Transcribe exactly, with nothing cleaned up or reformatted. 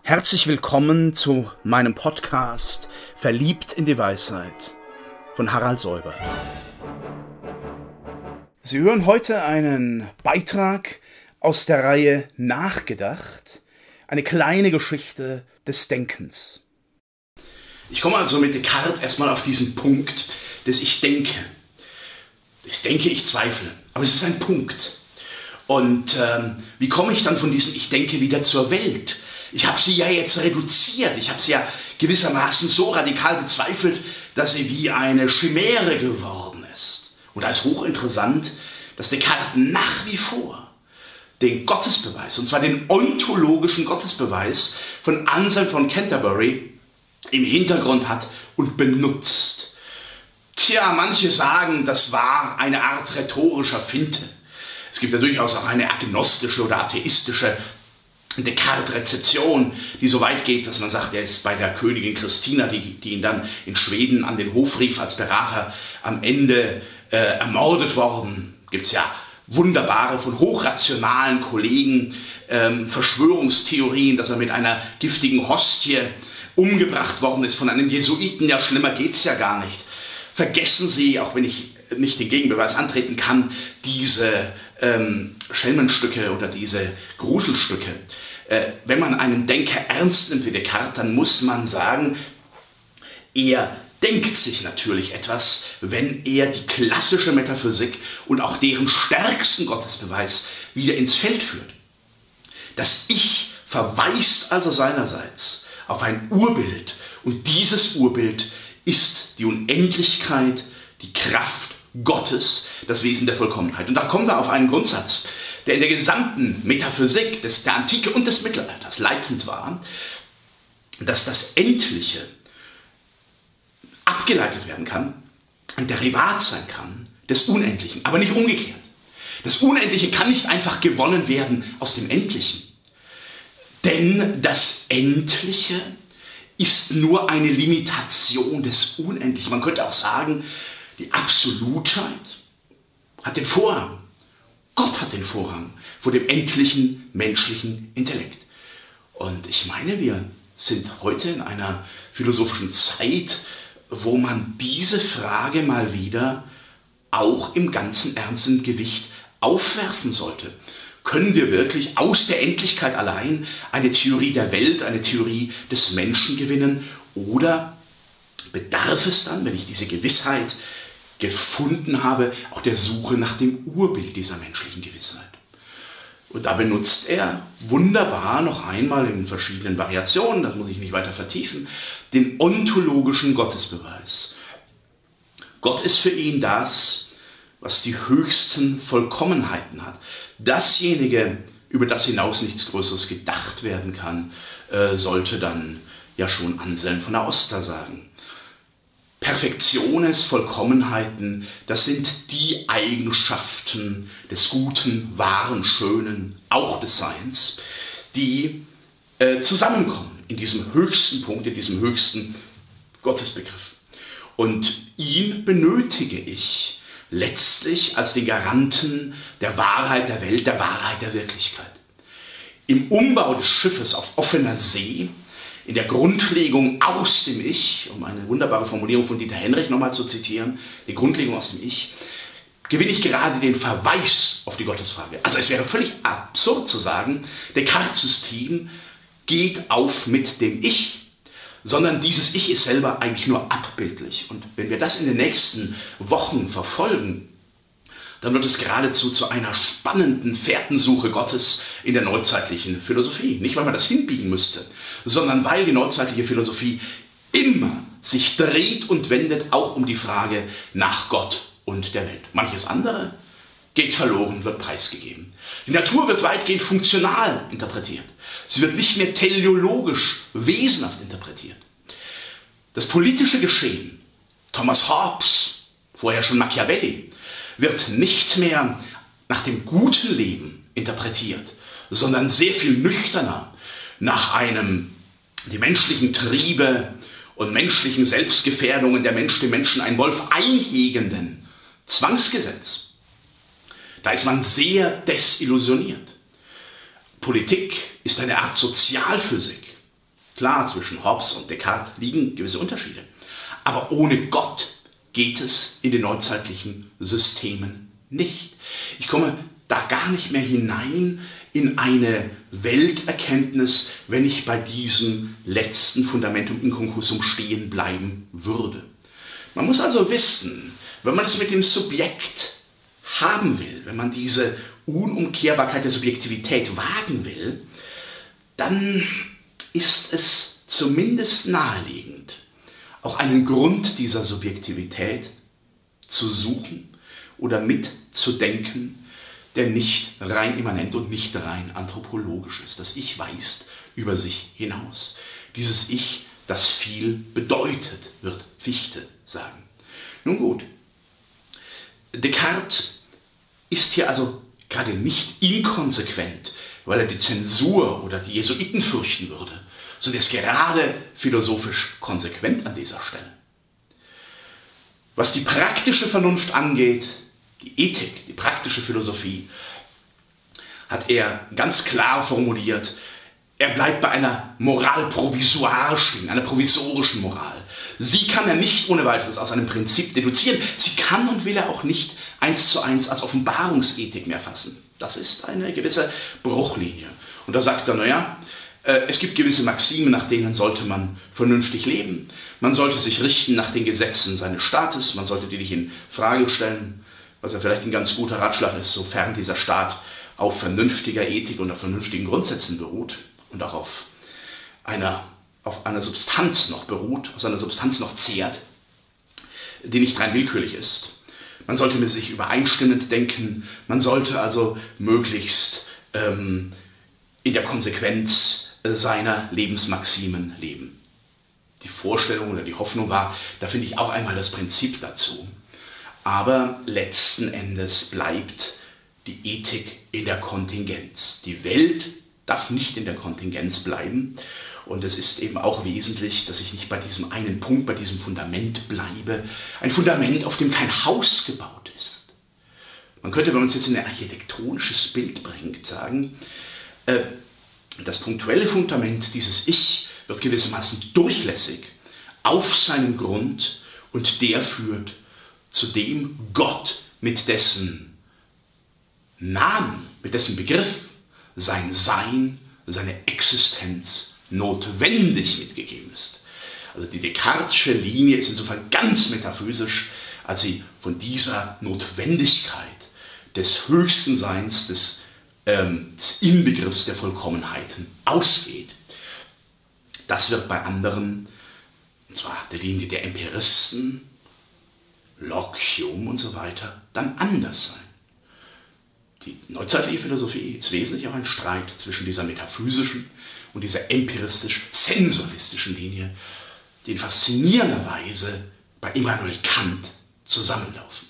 Herzlich willkommen zu meinem Podcast Verliebt in die Weisheit von Harald Säubert. Sie hören heute einen Beitrag aus der Reihe Nachgedacht, eine kleine Geschichte des Denkens. Ich komme also mit Descartes erstmal auf diesen Punkt des Ich denke. Ich denke, ich zweifle, aber es ist ein Punkt. Und ähm, wie komme ich dann von diesem Ich denke wieder zur Welt? Ich habe sie ja jetzt reduziert, ich habe sie ja gewissermaßen so radikal bezweifelt, dass sie wie eine Chimäre geworden ist. Und da ist hochinteressant, dass Descartes nach wie vor den Gottesbeweis, und zwar den ontologischen Gottesbeweis von Anselm von Canterbury im Hintergrund hat und benutzt. Tja, manche sagen, das war eine Art rhetorischer Finte. Es gibt ja durchaus auch eine agnostische oder atheistische Descartes-Rezeption, die so weit geht, dass man sagt, er ist bei der Königin Christina, die, die ihn dann in Schweden an den Hof rief als Berater, am Ende äh, ermordet worden. Gibt es ja wunderbare, von hochrationalen Kollegen ähm, Verschwörungstheorien, dass er mit einer giftigen Hostie umgebracht worden ist von einem Jesuiten. Ja, schlimmer geht's ja gar nicht. Vergessen Sie, auch wenn ich nicht den Gegenbeweis antreten kann, diese ähm, Schelmenstücke oder diese Gruselstücke. Äh, wenn man einen Denker ernst nimmt wie Descartes, dann muss man sagen, er denkt sich natürlich etwas, wenn er die klassische Metaphysik und auch deren stärksten Gottesbeweis wieder ins Feld führt. Das Ich verweist also seinerseits auf ein Urbild, und dieses Urbild ist die Unendlichkeit, die Kraft Gottes, das Wesen der Vollkommenheit. Und da kommen wir auf einen Grundsatz, der in der gesamten Metaphysik des, der Antike und des Mittelalters leitend war, dass das Endliche abgeleitet werden kann, ein Derivat sein kann des Unendlichen, aber nicht umgekehrt. Das Unendliche kann nicht einfach gewonnen werden aus dem Endlichen, denn das Endliche ist nur eine Limitation des Unendlichen. Man könnte auch sagen, die Absolutheit hat den Vorrang. Gott hat den Vorrang vor dem endlichen menschlichen Intellekt. Und ich meine, wir sind heute in einer philosophischen Zeit, wo man diese Frage mal wieder auch im ganzen Ernst und Gewicht aufwerfen sollte. Können wir wirklich aus der Endlichkeit allein eine Theorie der Welt, eine Theorie des Menschen gewinnen? Oder bedarf es dann, wenn ich diese Gewissheit gefunden habe, auch der Suche nach dem Urbild dieser menschlichen Gewissheit? Und da benutzt er wunderbar noch einmal in verschiedenen Variationen, das muss ich nicht weiter vertiefen, den ontologischen Gottesbeweis. Gott ist für ihn das, was die höchsten Vollkommenheiten hat. Dasjenige, über das hinaus nichts Größeres gedacht werden kann, äh, sollte dann ja schon Anselm von Aosta sagen. Perfektiones, Vollkommenheiten, das sind die Eigenschaften des Guten, Wahren, Schönen, auch des Seins, die äh, zusammenkommen in diesem höchsten Punkt, in diesem höchsten Gottesbegriff. Und ihn benötige ich letztlich als den Garanten der Wahrheit der Welt, der Wahrheit der Wirklichkeit. Im Umbau des Schiffes auf offener See, in der Grundlegung aus dem Ich, um eine wunderbare Formulierung von Dieter Henrich nochmal zu zitieren, die Grundlegung aus dem Ich, gewinne ich gerade den Verweis auf die Gottesfrage. Also es wäre völlig absurd zu sagen, Descartes' System geht auf mit dem Ich, sondern dieses Ich ist selber eigentlich nur abbildlich. Und wenn wir das in den nächsten Wochen verfolgen, dann wird es geradezu zu einer spannenden Fährtensuche Gottes in der neuzeitlichen Philosophie. Nicht, weil man das hinbiegen müsste, sondern weil die neuzeitliche Philosophie immer sich dreht und wendet, auch um die Frage nach Gott und der Welt. Manches andere geht verloren, wird preisgegeben. Die Natur wird weitgehend funktional interpretiert. Sie wird nicht mehr teleologisch, wesenhaft interpretiert. Das politische Geschehen, Thomas Hobbes, vorher schon Machiavelli, wird nicht mehr nach dem guten Leben interpretiert, sondern sehr viel nüchterner nach einem, die menschlichen Triebe und menschlichen Selbstgefährdungen, der Mensch dem Menschen einen Wolf einhegenden Zwangsgesetz. Da ist man sehr desillusioniert. Politik ist eine Art Sozialphysik. Klar, zwischen Hobbes und Descartes liegen gewisse Unterschiede. Aber ohne Gott geht es in den neuzeitlichen Systemen nicht. Ich komme da gar nicht mehr hinein in eine Welterkenntnis, wenn ich bei diesem letzten Fundamentum inconclusum stehen bleiben würde. Man muss also wissen, wenn man es mit dem Subjekt haben will, wenn man diese Unumkehrbarkeit der Subjektivität wagen will, dann ist es zumindest naheliegend, auch einen Grund dieser Subjektivität zu suchen oder mitzudenken, der nicht rein immanent und nicht rein anthropologisch ist. Das Ich weist über sich hinaus. Dieses Ich, das viel bedeutet, wird Fichte sagen. Nun gut, Descartes ist hier also gerade nicht inkonsequent, weil er die Zensur oder die Jesuiten fürchten würde, sondern er ist gerade philosophisch konsequent an dieser Stelle. Was die praktische Vernunft angeht, die Ethik, die praktische Philosophie, hat er ganz klar formuliert, er bleibt bei einer Moral provisoire stehen, einer provisorischen Moral. Sie kann er nicht ohne weiteres aus einem Prinzip deduzieren. Sie kann und will er auch nicht eins zu eins als Offenbarungsethik mehr fassen. Das ist eine gewisse Bruchlinie. Und da sagt er, naja, äh, es gibt gewisse Maximen, nach denen sollte man vernünftig leben. Man sollte sich richten nach den Gesetzen seines Staates. Man sollte die nicht in Frage stellen, was ja vielleicht ein ganz guter Ratschlag ist, sofern dieser Staat auf vernünftiger Ethik und auf vernünftigen Grundsätzen beruht und auch auf einer, auf einer Substanz noch beruht, aus einer Substanz noch zehrt, die nicht rein willkürlich ist. Man sollte mit sich übereinstimmend denken, man sollte also möglichst ähm, in der Konsequenz seiner Lebensmaximen leben. Die Vorstellung oder die Hoffnung war, da finde ich auch einmal das Prinzip dazu. Aber letzten Endes bleibt die Ethik in der Kontingenz. Die Welt darf nicht in der Kontingenz bleiben. Und es ist eben auch wesentlich, dass ich nicht bei diesem einen Punkt, bei diesem Fundament bleibe. Ein Fundament, auf dem kein Haus gebaut ist. Man könnte, wenn man es jetzt in ein architektonisches Bild bringt, sagen, äh, das punktuelle Fundament dieses Ich wird gewissermaßen durchlässig auf seinen Grund und der führt zu dem Gott, mit dessen Namen, mit dessen Begriff sein Sein, seine Existenz notwendig mitgegeben ist. Also die Descartesche Linie ist insofern ganz metaphysisch, als sie von dieser Notwendigkeit des höchsten Seins, des, ähm, des Inbegriffs der Vollkommenheiten ausgeht. Das wird bei anderen, und zwar der Linie der Empiristen, Locke, Hume und so weiter, dann anders sein. Die neuzeitliche Philosophie ist wesentlich auch ein Streit zwischen dieser metaphysischen und dieser empiristisch-sensualistischen Linie, die in faszinierender Weise bei Immanuel Kant zusammenlaufen.